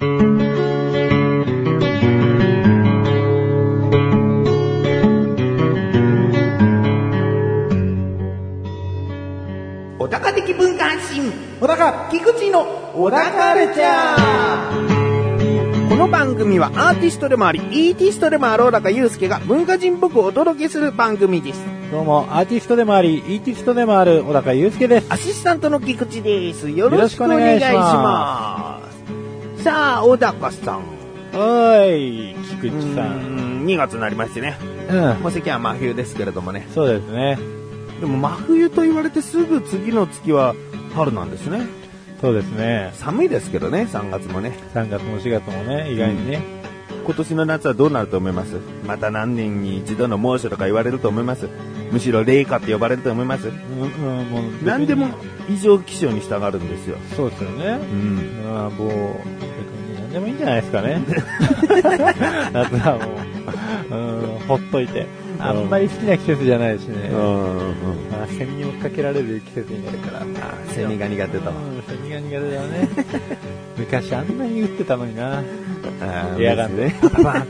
小高的文化発信、 小高菊池の小高カルチャー。この番組はアーティストでもありイーティストでもある小高祐介が文化人っぽくお届けする番組です。 どうも、アーティストでもありイーティストでもある小高祐介です。 アシスタントの菊池です。よろしくお願いします。さあ、小高さん。 はい、菊池さん。 2月になりましてね。もう世間は真冬ですけれどもね。 そうですね。 でも真冬と言われてすぐ次の月は春なんですね。 そうですね。 寒いですけどね、3月もね。 3月も4月もね、意外にね。 今年の夏はどうなると思います？また何年に一度の猛暑とか言われると思います？むしろ冷夏って呼ばれると思います？ もう何でも異常気象に従うんですよ。 そうですよね。もう別に何でもいいんじゃないですかね。夏はもう、ほっといて。あんまり好きな季節じゃないしね。セミに追っかけられる季節になるから。 セミが苦手と。 セミが苦手だね。昔あんなに打ってたのにな。エアガンで。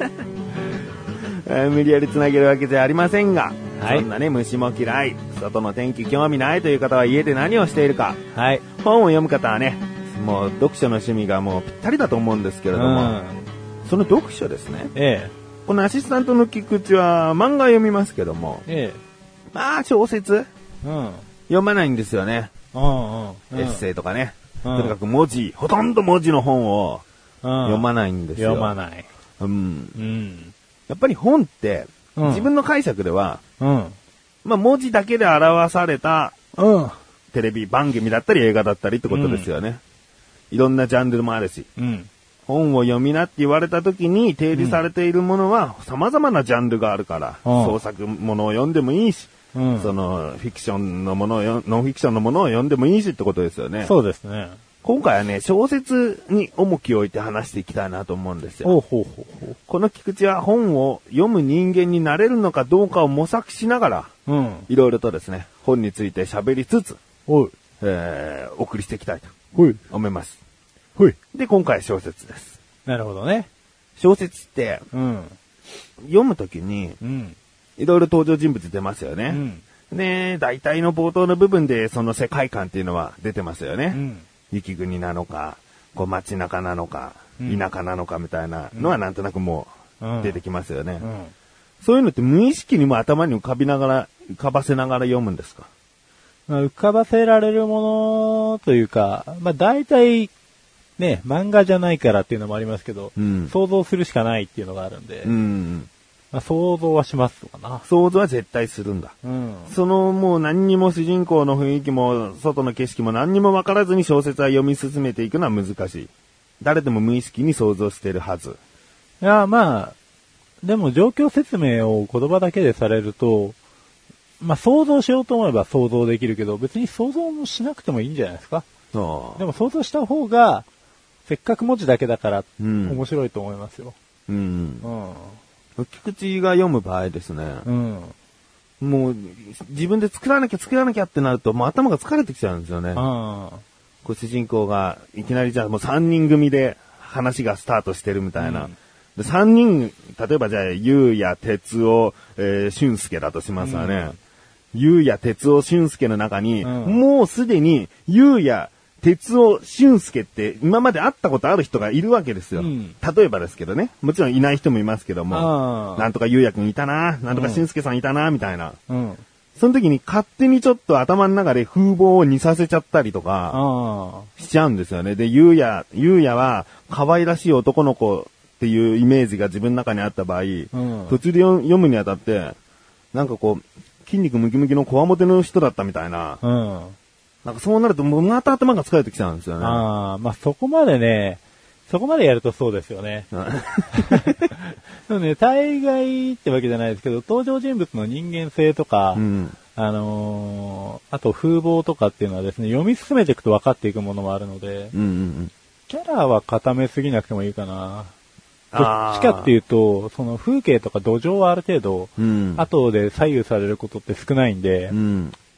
無理やりつなげるわけじゃありませんが、 はい、 そんなね、虫も嫌い、外の天気興味ないという方は家で何をしているか。 はい、 本を読む方はね、もう読書の趣味がもうぴったりだと思うんですけれども、その読書ですね。このアシスタントの菊池は漫画読みますけども、まあ小説、読まないんですよね。エッセイとかね。とにかくほとんど文字の本を読まないんですよ。 読まない。 やっぱり本って、自分の解釈では、まあ文字だけで表された、テレビ番組だったり映画だったりってことですよね。いろんなジャンルもあるし。本を読みなって言われた時に提示されているものは様々なジャンルがあるから、創作ものを読んでもいいし、そのフィクションのものをノンフィクションのものを読んでもいいしってことですよね。 そうですね。 今回はね、小説に重きを置いて話していきたいなと思うんですよ。この菊池は本を読む人間になれるのかどうかを模索しながら、いろいろとですね、本について喋りつつ、お送りしていきたいと思います。で、今回小説です。 なるほどね。 小説って、読むときに、いろいろ登場人物出ますよね。で、大体の冒頭の部分でその世界観っていうのは出てますよね。雪国なのか、こう街中なのか、田舎なのかみたいなのはなんとなくもう出てきますよね。そういうのって無意識にも頭に浮かばせながら読むんですか？ 浮かばせられるものというか、まあ大体ね、漫画じゃないからっていうのもありますけど、想像するしかないっていうのがあるんで、まあ、想像はしますわな。 想像は絶対するんだ。そのもう何にも主人公の雰囲気も外の景色も何にも分からずに小説は読み進めていくのは難しい。誰でも無意識に想像しているはず。 いや、まあ、でも状況説明を言葉だけでされると、まあ想像しようと思えば想像できるけど、別に想像もしなくてもいいんじゃないですか。でも想像した方が、せっかく文字だけだから、面白いと思いますよ。菊池が読む場合ですね。もう、自分で作らなきゃってなると、もう頭が疲れてきちゃうんですよね。こう主人公が、いきなりじゃあもう3人組で話がスタートしてるみたいな。で3人、例えばじゃあ、ゆうや、てつお、しゅんすけだとしますわね。ゆうや、てつお、しゅんすけの中に、もうすでに、ゆうや、哲夫俊介って今まで会ったことある人がいるわけですよ。例えばですけどね。もちろんいない人もいますけども。なんとかゆうやくんいたな、なんとか俊介さんいたな、みたいな。その時に勝手にちょっと頭の中で風貌を似させちゃったりとか、しちゃうんですよね。で、ゆうやは可愛らしい男の子っていうイメージが自分の中にあった場合、途中で読むにあたって、なんかこう、筋肉ムキムキのコアモテの人だったみたいな。なんかそうなると、もうまた頭が疲れてきちゃうんですよね。 まあそこまでやるとそうですよね。でもね、大概ってわけじゃないですけど、登場人物の人間性とか、あと風貌とかっていうのはですね、読み進めていくと分かっていくものもあるので、キャラは固めすぎなくてもいいかな。どっちかっていうと、その風景とか土壌はある程度、後で左右されることって少ないんで、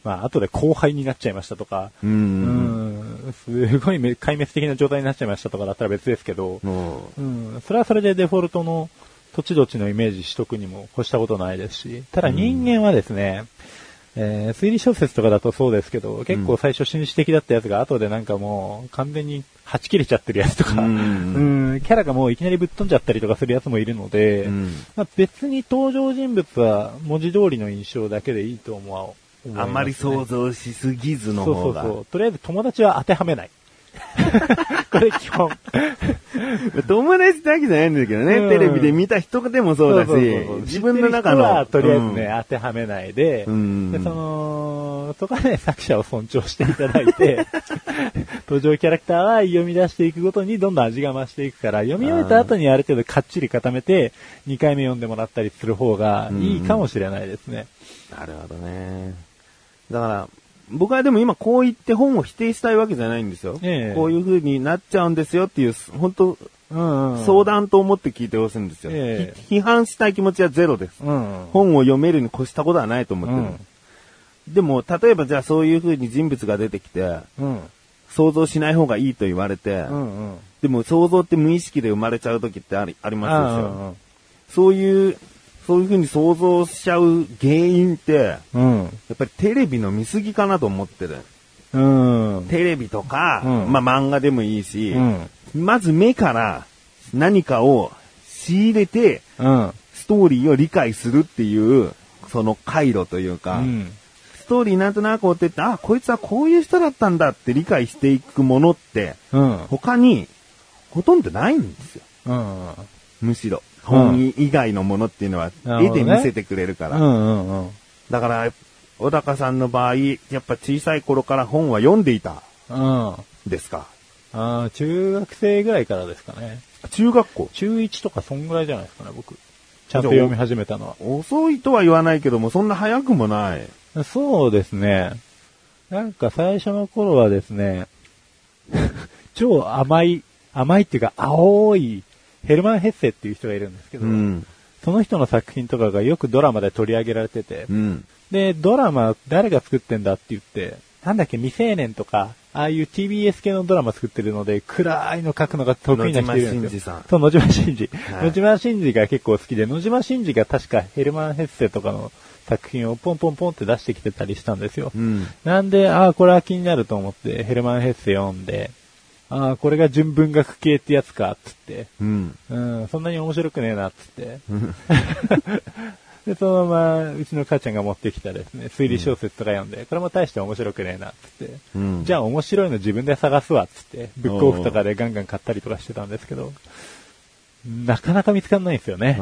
まあ後で後輩になっちゃいましたとか、すごい壊滅的な状態になっちゃいましたとかだったら別ですけど、それはそれでデフォルトの土地土地のイメージしとくにも越したことないですし、ただ人間はですね、推理小説とかだとそうですけど、結構最初紳士的だったやつが後でなんかもう完全にはち切れちゃってるやつとか、キャラがもういきなりぶっ飛んじゃったりとかするやつもいるので、まあ、別に登場人物は文字通りの印象だけでいいと思いますね。 あんまり想像しすぎずの方が。 そう。とりあえず友達は当てはめない。これ基本。 友達だけじゃないんだけどね、テレビで見た人でもそうだし、自分の中の。はとりあえずね、当てはめないで、でそこはね、作者を尊重していただいて、登場キャラクターは読み出していくごとにどんどん味が増していくから、読み終えた後にある程度かっちり固めて、2回目読んでもらったりする方がいいかもしれないですね。 なるほどね。だから、僕はでも今こう言って本を否定したいわけじゃないんですよ。こういう風になっちゃうんですよっていう、本当、相談と思って聞いてほしいんですよ。批判したい気持ちはゼロです。本を読めるに越したことはないと思ってる。でも、例えばじゃあそういう風に人物が出てきて、想像しない方がいいと言われて、でも想像って無意識で生まれちゃう時ってありますよ。そういう風に想像しちゃう原因って、やっぱりテレビの見過ぎかなと思ってる。テレビとか、まあ漫画でもいいし、まず目から何かを仕入れて、ストーリーを理解するっていう、その回路というか、ストーリーなんとなく追ってって、あ、こいつはこういう人だったんだって理解していくものって、他にほとんどないんですよ。むしろ。本以外のものっていうのは絵で見せてくれるから。だから、小高さんの場合、やっぱ小さい頃から本は読んでいた。ですか。 中学生ぐらいからですかね。 中学校中1とかそんぐらいじゃないですかね、僕。ちゃんと読み始めたのは。 遅いとは言わないけども、そんな早くもない。 そうですね。なんか最初の頃はですね、超甘いっていうか青い、ヘルマン・ヘッセっていう人がいるんですけど、その人の作品とかがよくドラマで取り上げられてて、で、ドラマ誰が作ってんだって言って、なんだっけ、未成年とか、ああいう TBS 系のドラマ作ってるので、暗いの書くのが得意な人いるんですよ。そう、野島真司。野島真司が結構好きで、野島真司が確かヘルマン・ヘッセとかの作品をポンポンポンって出してきてたりしたんですよ。なんで、これは気になると思って、ヘルマン・ヘッセ読んで、これが純文学系ってやつか、つって、そんなに面白くねえな、つって。で、そのまま、うちの母ちゃんが持ってきたですね、推理小説とか読んで、これも大して面白くねえな、つって。じゃあ面白いの自分で探すわ、つって、ブックオフとかでガンガン買ったりとかしてたんですけど、なかなか見つかんないんですよね。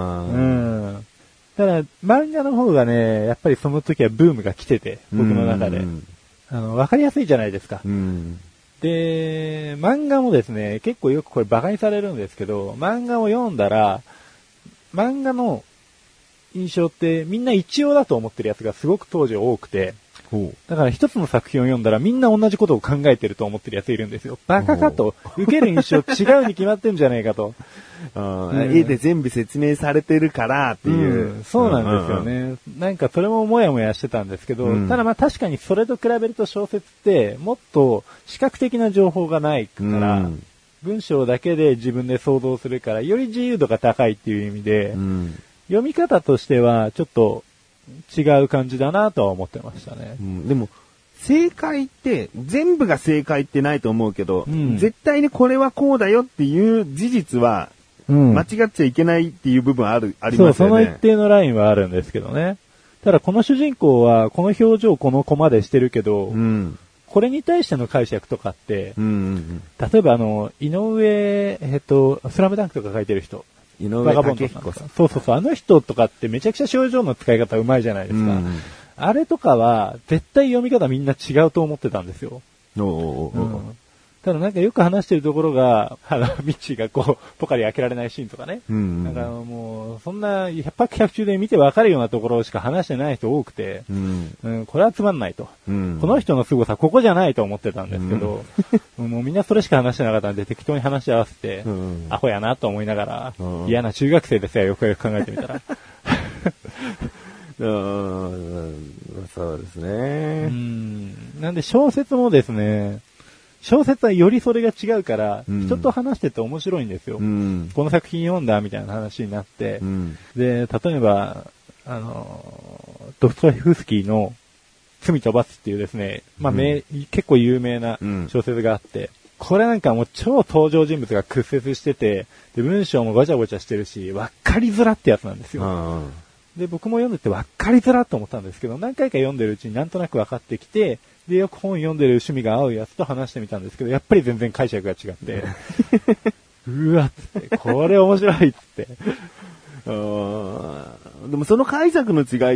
ただ、漫画の方がね、やっぱりその時はブームが来てて、僕の中で。わかりやすいじゃないですか。で、漫画もですね、結構よくこれ馬鹿にされるんですけど、漫画を読んだら、漫画の印象ってみんな一応だと思ってるやつがすごく当時多くて、だから一つの作品を読んだらみんな同じことを考えてると思ってるやついるんですよ。バカかと。受ける印象違うに決まってんじゃないかと。 絵で全部説明されてるからっていう。 そうなんですよね。なんかそれももやもやしてたんですけど、ただまあ確かにそれと比べると小説ってもっと視覚的な情報がないから、文章だけで自分で想像するから、より自由度が高いっていう意味で、読み方としてはちょっと違う感じだなとは思ってましたね。 でも、正解って、全部が正解ってないと思うけど、絶対にこれはこうだよっていう事実は、間違っちゃいけないっていう部分ありますよね。 その一定のラインはあるんですけどね。ただこの主人公は、この表情このコマでしてるけど、これに対しての解釈とかって、例えば井上、スラムダンクとか書いてる人。 井上武彦さん。 そう、あの人とかってめちゃくちゃ症状の使い方うまいじゃないですか。あれとかは、絶対読み方みんな違うと思ってたんですよ。ただなんかよく話してるところが、ミッチーがこう、ポカリ開けられないシーンとかね。なんかもう、そんな100泊100中で見てわかるようなところしか話してない人多くて、これはつまんないと。この人の凄さここじゃないと思ってたんですけど、もうみんなそれしか話してなかったんで適当に話し合わせて、アホやなと思いながら、嫌な中学生ですよ、よくよく考えてみたら。 そうですね。 なんで小説もですね、小説はよりそれが違うから、人と話してて面白いんですよ。この作品読んだみたいな話になって。で、例えば、ドストエフスキーの罪と罰っていうですね、結構有名な小説があって、これなんかもう超登場人物が屈折してて、で、文章もごちゃごちゃしてるし、わかりづらってやつなんですよ。で、僕も読んでてわかりづらと思ったんですけど、何回か読んでるうちになんとなく分かってきて、で、よく本読んでる趣味が合うやつと話してみたんですけど、やっぱり全然解釈が違って、うわっつって、これ面白いっつって。 でもその解釈の違いって、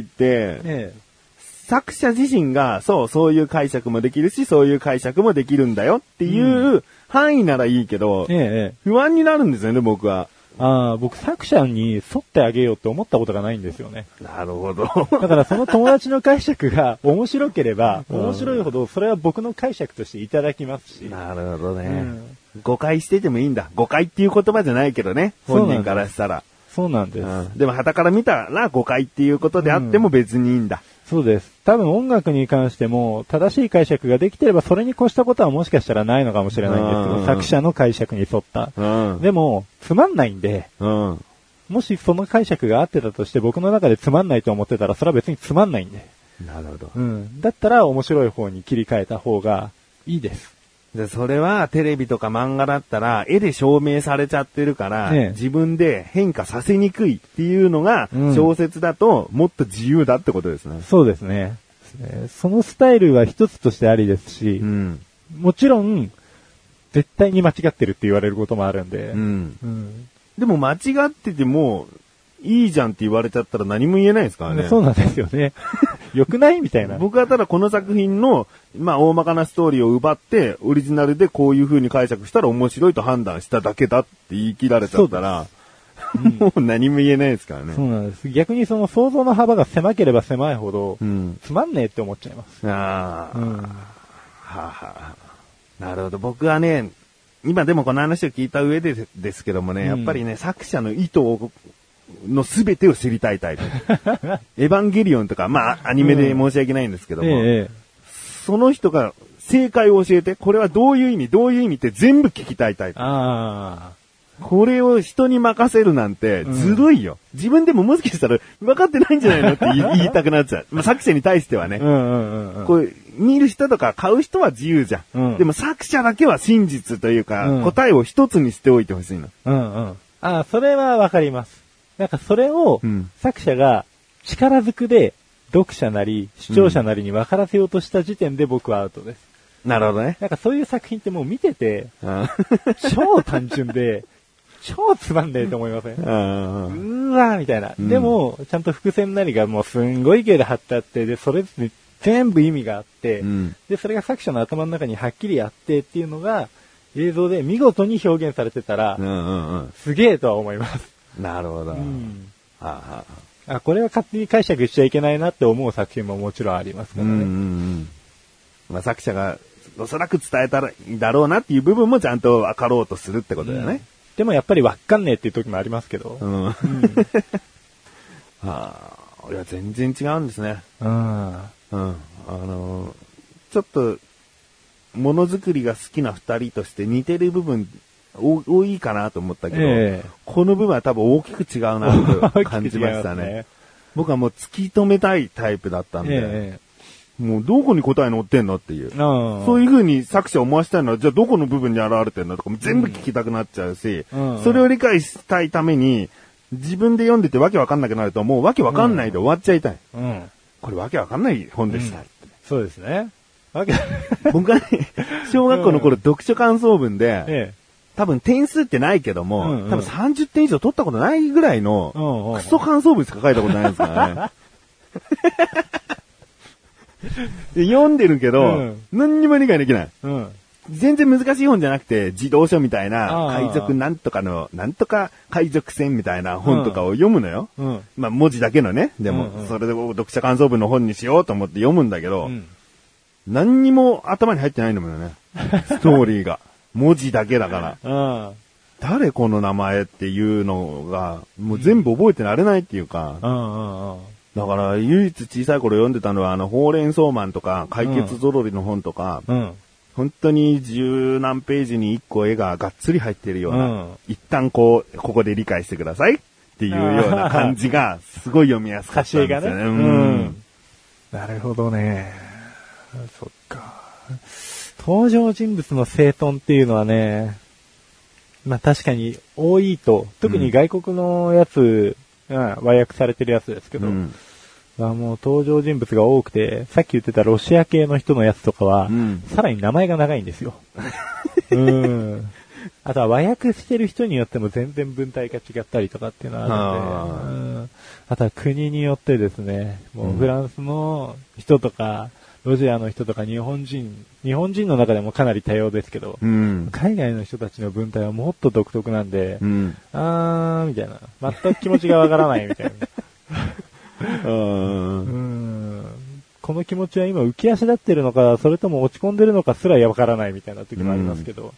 作者自身が、そういう解釈もできるし、そういう解釈もできるんだよっていう範囲ならいいけど、不安になるんですよね、僕は。 僕作者に沿ってあげようって思ったことがないんですよね。 なるほど。 だからその友達の解釈が面白ければ、面白いほどそれは僕の解釈としていただきますし。 なるほどね。誤解しててもいいんだ。誤解っていう言葉じゃないけどね。本人からしたら。 そうなんです。 でも傍から見たら誤解っていうことであっても別にいいんだ。 そうです。多分音楽に関しても正しい解釈ができてればそれに越したことはもしかしたらないのかもしれないんですけど、作者の解釈に沿った。でも、つまんないんで、もしその解釈が合ってたとして僕の中でつまんないと思ってたらそれは別につまんないんで。 なるほど。 だったら面白い方に切り替えた方がいいです。 で、それはテレビとか漫画だったら絵で証明されちゃってるから、自分で変化させにくいっていうのが、小説だともっと自由だってことですね。 そうですね。そのスタイルは一つとしてありですし、もちろん絶対に間違ってるって言われることもあるんで、 でも間違っててもいいじゃんって言われちゃったら何も言えないですからね。 そうなんですよね。良くないみたいな。 僕はただこの作品の、大まかなストーリーを奪って、オリジナルでこういう風に解釈したら面白いと判断しただけだって言い切られちゃったら、もう何も言えないですからね。 そうなんです。逆にその想像の幅が狭ければ狭いほど、つまんねえって思っちゃいます。 なるほど。僕はね、今でもこの話を聞いた上でですけどもね、やっぱりね、作者の意図のすべてを知りたいタイプ。エヴァンゲリオンとか、アニメで申し訳ないんですけども、その人が正解を教えて、これはどういう意味って全部聞きたいタイプ。これを人に任せるなんてずるいよ。自分でももしかしたら分かってないんじゃないのって言いたくなっちゃう。作者に対してはね。こう見る人とか買う人は自由じゃん。でも作者だけは真実というか、答えを一つにしておいてほしいの。 それはわかります。なんかそれを作者が力ずくで読者なり視聴者なりに分からせようとした時点で僕はアウトです。 なるほどね。 なんかそういう作品ってもう見てて、超単純で、超つまんねえと思いません？うわーみたいな。でも、ちゃんと伏線なりがもうすんごい勢いで貼ってあって、で、それ全部意味があって、で、それが作者の頭の中にはっきりあってっていうのが、映像で見事に表現されてたら、すげえとは思います。 なるほど。 これは勝手に解釈しちゃいけないなって思う作品ももちろんありますからね。 作者がおそらく伝えたらいいだろうなっていう部分もちゃんと分かろうとするってことだよね。 でもやっぱり分かんねえっていう時もありますけど。 いや、全然違うんですね。ちょっと、ものづくりが好きな二人として似てる部分多いかなと思ったけど、この部分は多分大きく違うなと感じましたね。僕はもう突き止めたいタイプだったんで、もうどこに答え載ってんのっていう。そういう風に作者思わせたいのは、じゃあどこの部分に現れてんのとかも全部聞きたくなっちゃうし、それを理解したいために、自分で読んでてわけわかんなくなると、もうわけわかんないで終わっちゃいたい。これわけわかんない本でした。 そうですね。 僕はね、小学校の頃読書感想文で、多分点数ってないけども、多分30点以上取ったことないぐらいの、クソ感想文しか書いたことないですからね。読んでるけど、何にも理解できない。全然難しい本じゃなくて、児童書みたいな、海賊なんとかの、なんとか海賊船みたいな本とかを読むのよ。文字だけのね。でも、それで読者感想文の本にしようと思って読むんだけど、何にも頭に入ってないんだもんね。ストーリーが。文字だけだから。誰この名前っていうのが、もう全部覚えてられないっていうか、 だから、唯一小さい頃読んでたのは、ほうれん草マンとか、解決ぞろりの本とか、本当に十何ページに1個絵ががっつり入ってるような、一旦ここで理解してくださいっていうような感じが、すごい読みやすかったんですよね。 なるほどね。そっか。登場人物の整頓っていうのはね、まあ確かに多いと、特に外国のやつ、和訳されてるやつですけど、もう登場人物が多くて、さっき言ってたロシア系の人のやつとかは、さらに名前が長いんですよ。あとは和訳してる人によっても全然文体が違ったりとかっていうのはあるので、あとは国によってですね、もうフランスの人とか、ロシアの人とか日本人の中でもかなり多様ですけど、海外の人たちの文体はもっと独特なんで、みたいな。全く気持ちがわからないみたいな。この気持ちは今浮き足立ってるのか、それとも落ち込んでるのかすらわからないみたいな時もありますけど。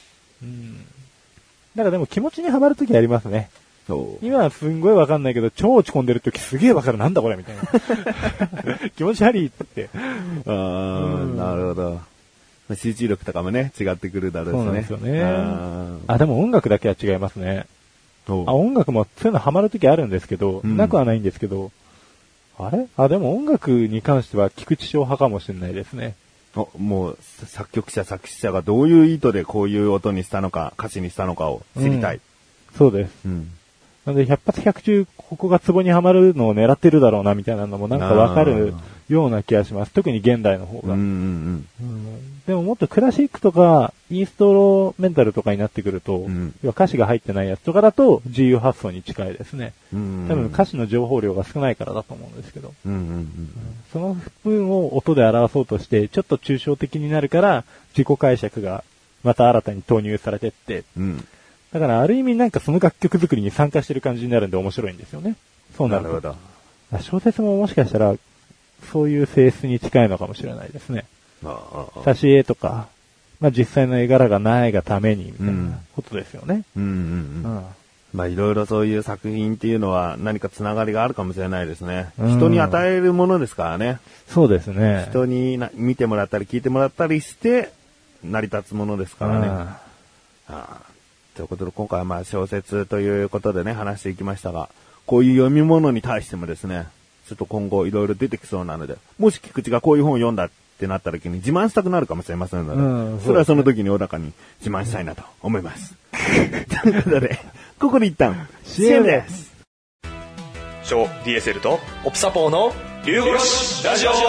だからでも気持ちにはまる時ありますね。今はすんごいわかんないけど、超落ち込んでる時すげえわかる、なんだこれみたいな。気持ち悪いって。 なるほど。集中力とかもね、違ってくるだろうですね。 そうなんですよね。でも音楽だけは違いますね。音楽もそういうのハマる時あるんですけど、なくはないんですけど、でも音楽に関しては菊池翔派かもしれないですね。 もう作曲者作詞者がどういう意図でこういう音にしたのか、歌詞にしたのかを知りたい。 そうです。なので、100発100中、ここがツボにはまるのを狙ってるだろうな、みたいなのもなんかわかるような気がします。特に現代の方が。でももっとクラシックとか、インストロメンタルとかになってくると、歌詞が入ってないやつとかだと、自由発想に近いですね。多分歌詞の情報量が少ないからだと思うんですけど。その分を音で表そうとして、ちょっと抽象的になるから、自己解釈がまた新たに投入されてって、だからある意味なんかその楽曲作りに参加してる感じになるんで面白いんですよね。そうなるほど。小説ももしかしたらそういう性質に近いのかもしれないですね。挿絵とか、実際の絵柄がないがためにみたいなことですよね。 いろいろそういう作品っていうのは何かつながりがあるかもしれないですね。人に与えるものですからね。 そうですね。 人に見てもらったり聞いてもらったりして成り立つものですからね。ということで今回は小説ということでね話していきましたが、こういう読み物に対してもですね、ちょっと今後いろいろ出てきそうなので、もし菊池がこういう本を読んだってなった時に自慢したくなるかもしれませんので、それはその時に小高に自慢したいなと思います。ということで、ここで一旦 CM です。 小 DSL とオプサポーの龍殺しラジオ。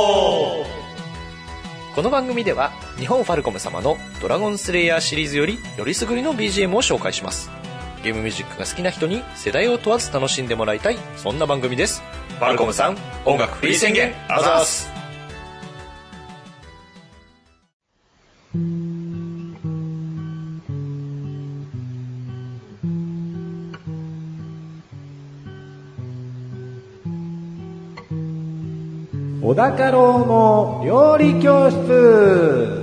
この番組では日本ファルコム様のドラゴンスレイヤーシリーズよりよりすぐりの BGM を紹介します。ゲームミュージックが好きな人に世代を問わず楽しんでもらいたい、そんな番組です。ファルコムさん、音楽フリー宣言あざーす。 小高郎の料理教室。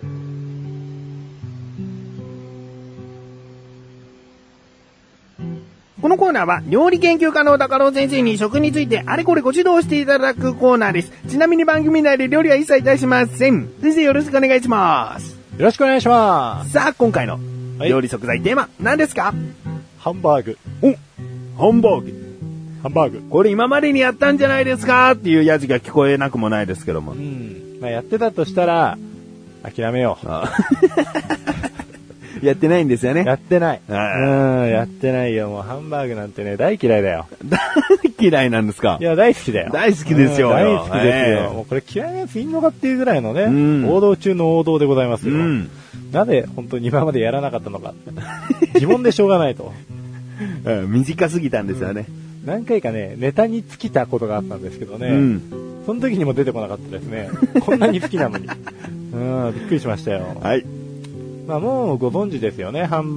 このコーナーは料理研究家の小高郎先生に食についてあれこれご指導していただくコーナーです。ちなみに番組内で料理は一切いたしません。先生よろしくお願いします。 よろしくお願いします。 さあ今回の料理食材テーマ、何ですか？ ハンバーグ。 ハンバーグ。 ハンバーグ。 これ今までにやったんじゃないですかっていうやじが聞こえなくもないですけども。 やってたとしたら、諦めよう。 やってないんですよね。 やってない。やってないよ。もうハンバーグなんてね、大嫌いだよ。 大嫌いなんですか？ いや、大好きだよ。 大好きですよ。 大好きですよ。もうこれ嫌いなやついんのかっていうぐらいのね、王道中の王道でございますよ。なぜ本当に今までやらなかったのか。疑問でしょうがないと。 短すぎたんですよね。 何回かね、ネタに尽きたことがあったんですけどね。その時にも出てこなかったですね。こんなに好きなのに。びっくりしましたよ。 はい。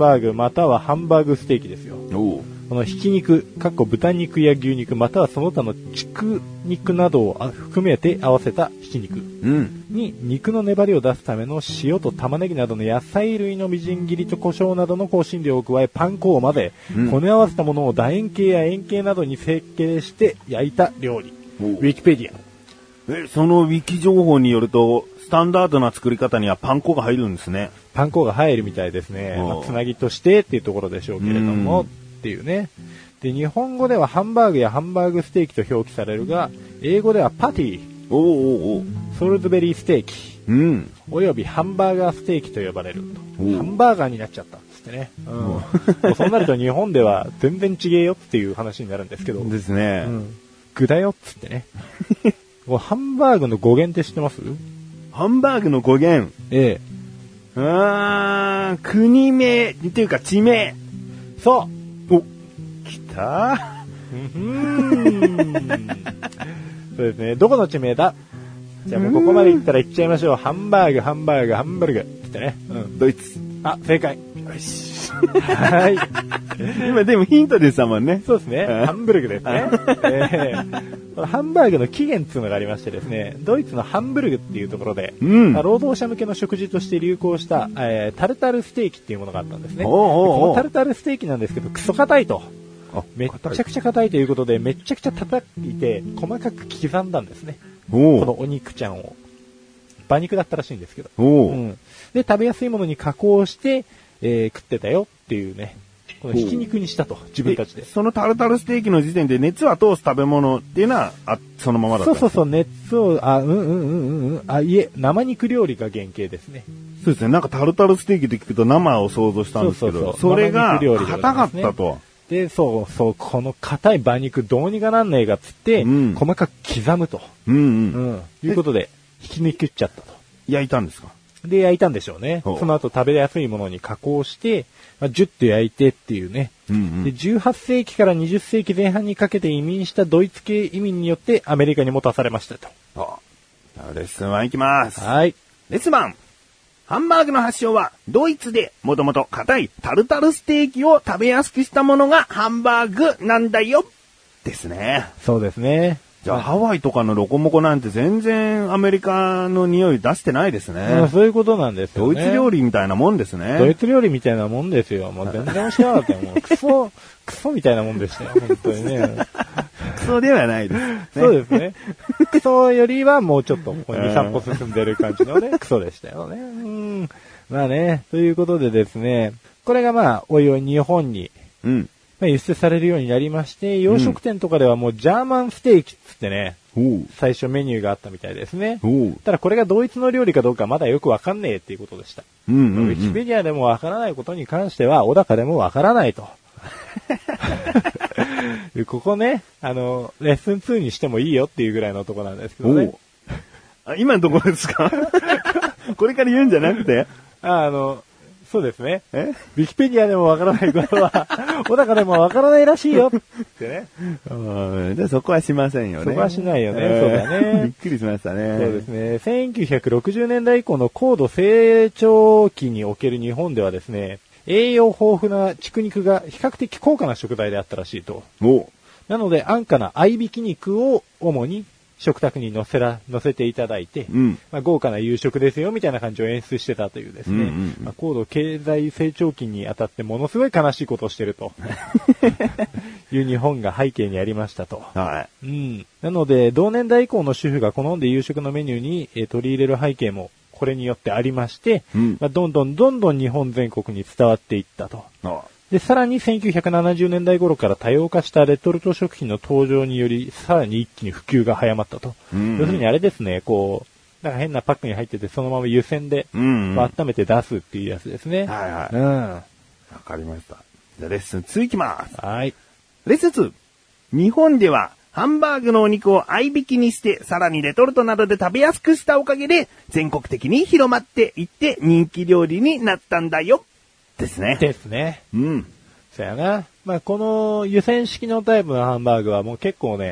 もうご存知ですよね。ハンバーグまたはハンバーグステーキですよ。 このひき肉、豚肉や牛肉、またはその他の畜肉などを含めて合わせたひき肉に肉の粘りを出すための塩と玉ねぎなどの野菜類のみじん切りと胡椒などの香辛料を加えパン粉を混ぜ、こね合わせたものを楕円形や円形などに成形して焼いた料理。ウィキペディア。 そのウィキ情報によると、スタンダードな作り方にはパン粉が入るんですね。 パン粉が入るみたいですね。つなぎとしてっていうところでしょうけれども、っていうね。で、日本語ではハンバーグやハンバーグステーキと表記されるが、英語ではパティ、ソルズベリーステーキ、およびハンバーガーステーキと呼ばれると。ハンバーガーになっちゃったんですってね。そうなると日本では全然違えよっていう話になるんですけど。 ですね。 具だよっつってね。ハンバーグの語源って知ってます？ ハンバーグの語源。国名っていうか地名。 そう。 来たそうですね。どこの地名だ？じゃあもうここまで行ったら行っちゃいましょう。ハンバーグ、ハンバーグ、ハンバーグってね。 ドイツ。 あ、正解。 よし。 はい。 今でもヒントでしたもんね。 そうですね。ハンブルグですね。ハンバーグの起源っていうのがありましてですね、ドイツのハンブルグっていうところで、労働者向けの食事として流行した、タルタルステーキっていうものがあったんですね。このタルタルステーキなんですけど、クソ硬いと。めっちゃくちゃ硬いということで、めちゃくちゃ叩いて、細かく刻んだんですね。このお肉ちゃんを。馬肉だったらしいんですけど。で、食べやすいものに加工して、食ってたよっていうね。このひき肉にしたと、自分たちで。 そのタルタルステーキの時点で熱は通す食べ物っていうのは、そのままだった。 そう、熱を、いえ、生肉料理が原型ですね。 そうですね。なんかタルタルステーキって聞くと生を想像したんですけど、それが硬かったと。 で、この硬い馬肉どうにかなんねえかっつって、細かく刻むと。いうことで、ひき肉っちゃったと。 焼いたんですか？ で、焼いたんでしょうね。その後食べやすいものに加工して、ジュッと焼いてっていうね。で、18世紀から20世紀前半にかけて移民したドイツ系移民によってアメリカにもたされましたと。 レッスン1いきます。 はい。 レッスン1。ハンバーグの発祥はドイツでもともと硬いタルタルステーキを食べやすくしたものがハンバーグなんだよ。ですね。 そうですね。 じゃあ、ハワイとかのロコモコなんて全然アメリカの匂い出してないですね。 そういうことなんですよね。 ドイツ料理みたいなもんですね。 ドイツ料理みたいなもんですよ。もう全然美味しくなかったよ。もうクソみたいなもんでしたよ。本当にね。 クソではないです、 ね。そうですね。クソよりはもうちょっとここに2、3歩進んでる感じのね、クソでしたよね。まあね、ということでですね、これがまあ、おいおい日本に、輸出されるようになりまして、洋食店とかではもうジャーマンステーキっつってね、最初メニューがあったみたいですね。ただこれがドイツの料理かどうかまだよくわかんねえっていうことでした。ウィキペディアでもわからないことに関しては、小高でもわからないと。ここね、レッスン2にしてもいいよっていうぐらいのとこなんですけどね。 今のところですか？これから言うんじゃなくてそうですね。ウィキペディアでもわからないことは、小高でもわからないらしいよってね。 じゃあそこはしませんよね。 そこはしないよね。そうだね。 びっくりしましたね。 そうですね。1960年代以降の高度成長期における日本ではですね、栄養豊富な畜肉が比較的高価な食材であったらしいと。なので安価な合いびき肉を主に食卓に乗せていただいて、豪華な夕食ですよみたいな感じを演出してたというですね、高度経済成長期にあたってものすごい悲しいことをしているという日本が背景にありましたと。なので同年代以降の主婦が好んで夕食のメニューに取り入れる背景もこれによってありまして、どんどん日本全国に伝わっていったと。で、さらに1970年代頃から多様化したレトルト食品の登場により、さらに一気に普及が早まったと。要するにあれですね、なんか変なパックに入ってて、そのまま湯煎で、温めて出すっていうやつですね。 わかりました。じゃあレッスン2いきます。 はい。 レッスン2。日本では、ハンバーグのお肉を合いびきにして、さらにレトルトなどで食べやすくしたおかげで、全国的に広まっていって人気料理になったんだよ。ですね。 ですね。そうやな。まあ、この湯煎式のタイプのハンバーグはもう結構ね、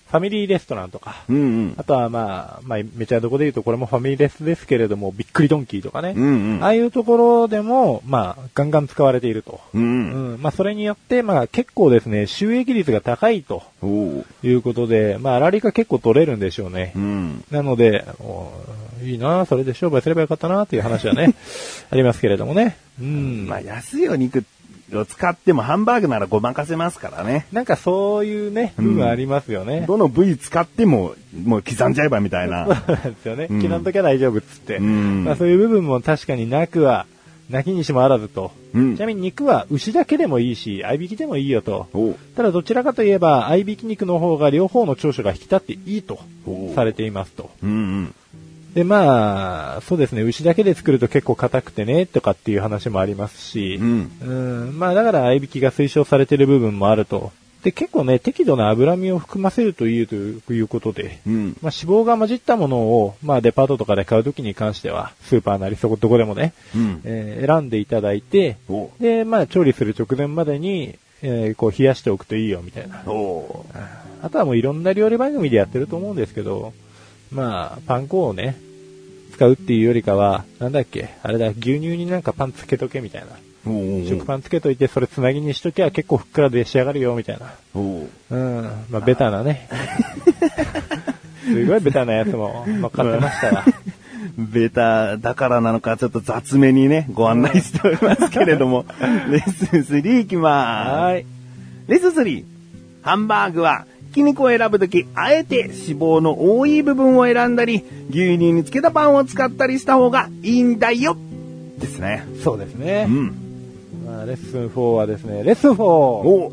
ファミリーレストランとか、 うんうん、 あとはまあメジャーどこで言うとこれもファミレスですけれども、びっくりドンキーとかね、 うんうん、 ああいうところでも、まあ、ガンガン使われていると。 うんうん、 まあ、それによって、まあ、結構ですね、収益率が高いということで、まあ、粗利が結構取れるんでしょうね。 うん、 なので、いいな、それで商売すればよかったな、という話はね、ありますけれどもね。 まあ、安いお肉を使ってもハンバーグならごまかせますからね。 なんかそういうね、部分ありますよね。 どの部位使っても、もう刻んじゃえばみたいな。 そうなんですよね。刻んときゃ大丈夫っつって。 まあ、そういう部分も確かになきにしもあらずと。ちなみに肉は牛だけでもいいし、合いびきでもいいよと。ただどちらかといえば、合いびき肉の方が両方の長所が引き立っていいとされていますと。で、まあ、そうですね、牛だけで作ると結構硬くてね、とかっていう話もありますし、まあだから合いびきが推奨されている部分もあると。で、結構ね、適度な脂身を含ませるということで、まあ脂肪が混じったものを、まあデパートとかで買うときに関しては、スーパーなりどこでもね、選んでいただいて、で、まあ調理する直前までに、こう冷やしておくといいよ、みたいな。あとはもういろんな料理番組でやってると思うんですけど、まあ、パン粉をね、使うっていうよりかは、なんだっけ、あれだ、牛乳になんかパンつけとけみたいな。食パンつけといて、それつなぎにしときゃ結構ふっくらで仕上がるよ、みたいな。まあ、ベタなね。すごいベタなやつも乗っかってましたわ。 ベタだからなのか、ちょっと雑めにね、ご案内しておりますけれども、レッスン3いきまーす。はい。レッスン3。ハンバーグは、ひき肉を選ぶとき、あえて脂肪の多い部分を選んだり、牛乳につけたパンを使ったりした方がいいんだよですね。 そうですね。まあ、レッスン4はですね、レッスン 4! を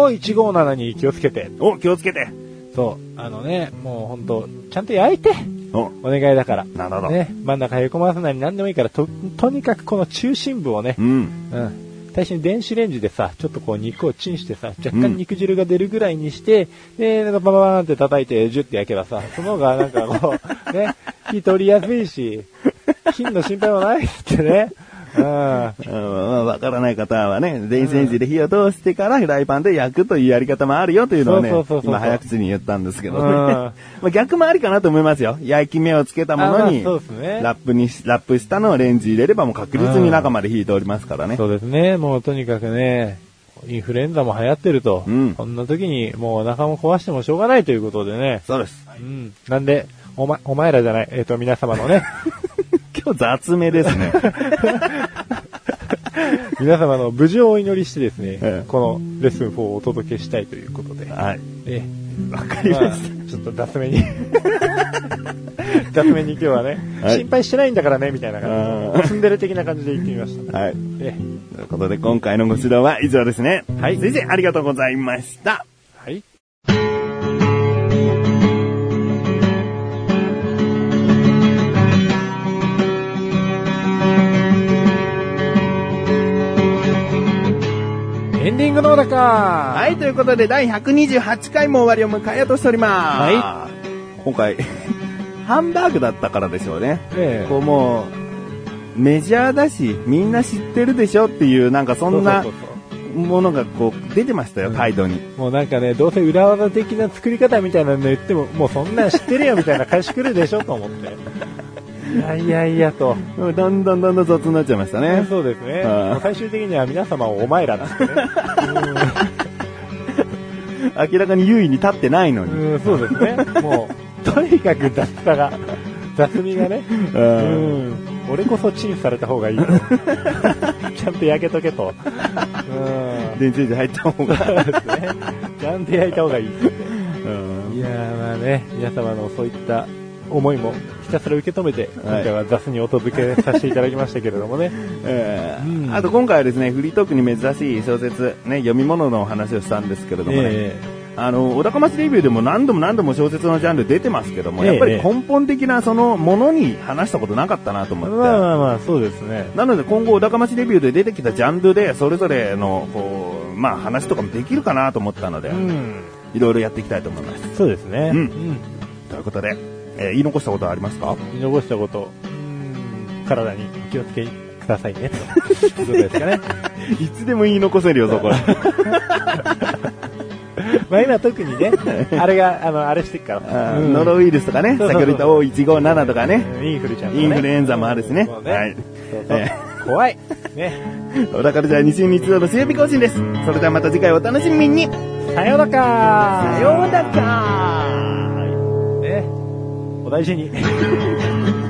157に気をつけて。 気をつけて。 そう。もうほんと、ちゃんと焼いて。お願いだから。 なるほど。 ね。真ん中へこませない何でもいいから、とにかくこの中心部をね。最初に電子レンジでさ、ちょっとこう肉をチンしてさ、若干肉汁が出るぐらいにして、で、バババーンって叩いてジュッて焼けばさ、その方がなんかこう、ね、火取りやすいし、菌の心配もないってね。 わからない方はね、電子レンジで火を通してからフライパンで焼くというやり方もあるよというのをね、今早口に言ったんですけど、まあ逆もありかなと思いますよ。焼き目をつけたものに、ラップしたのをレンジ入れればもう確実に中まで火通りますからね。 そうですね。もうとにかくね、インフルエンザも流行ってると、こんな時にもうお腹も壊してもしょうがないということでね。 そうです。 なんで、お前らじゃない、皆様のね、 今日雑めですね。 皆様の無事をお祈りしてですね、このレッスン4をお届けしたいということで。 はい。わかりました。 ちょっと雑めに。雑めに今日はね、心配してないんだからね、みたいな感じ。ツンデレ的な感じで言ってみました。 はい。ということで今回のご指導は以上ですね。はい。先生ありがとうございました。 はい。エンディングのだか。 はい、ということで第128回も終わりを迎えようとしております。はい。今回、ハンバーグだったからでしょうね。こうもう、メジャーだし、みんな知ってるでしょっていう、なんかそんなものがこう出てましたよ、態度に。 もうなんかね、どうせ裏技的な作り方みたいなの言っても、もうそんなん知ってるよみたいな返し来るでしょと思って。いやと。 だんだん雑になっちゃいましたね。 そうですね。最終的には皆様をお前らだってね。 明らかに優位に立ってないのに。 そうですね。もう、とにかく雑味がね。俺こそチンされた方がいいと。ちゃんと焼けとけと。 電子レンジ入った方が。 ちゃんと焼いた方がいいって。いやまあね、皆様のそういった思いもひたすら受け止めて、今回は雑にお届けさせていただきましたけれどもね。 あと今回はですね、フリートークに珍しい小説、ね、読み物のお話をしたんですけれどもね、小高町レビューでも何度も小説のジャンル出てますけども、やっぱり根本的なそのものに話したことなかったなと思って。 まあ、そうですね。 なので今後小高町レビューで出てきたジャンルで、それぞれの、こう、まあ話とかもできるかなと思ったので、いろいろやっていきたいと思います。 そうですね。 ということで、言い残したことはありますか？ 言い残したこと、体にお気をつけくださいね、ということですかね。 いつでも言い残せるよ、そこ。 まあ今特にね、あれが、あれしてっから。 ノロウイルスとかね、先ほど言った O157 とかね。 インフルちゃんとかね。 インフルエンザもあるしね。はい。 怖い。ね。 小田カルチャー2週に1度の水曜日更新です。それではまた次回お楽しみに。 さようなら。 さようなら。 ね。お大事に。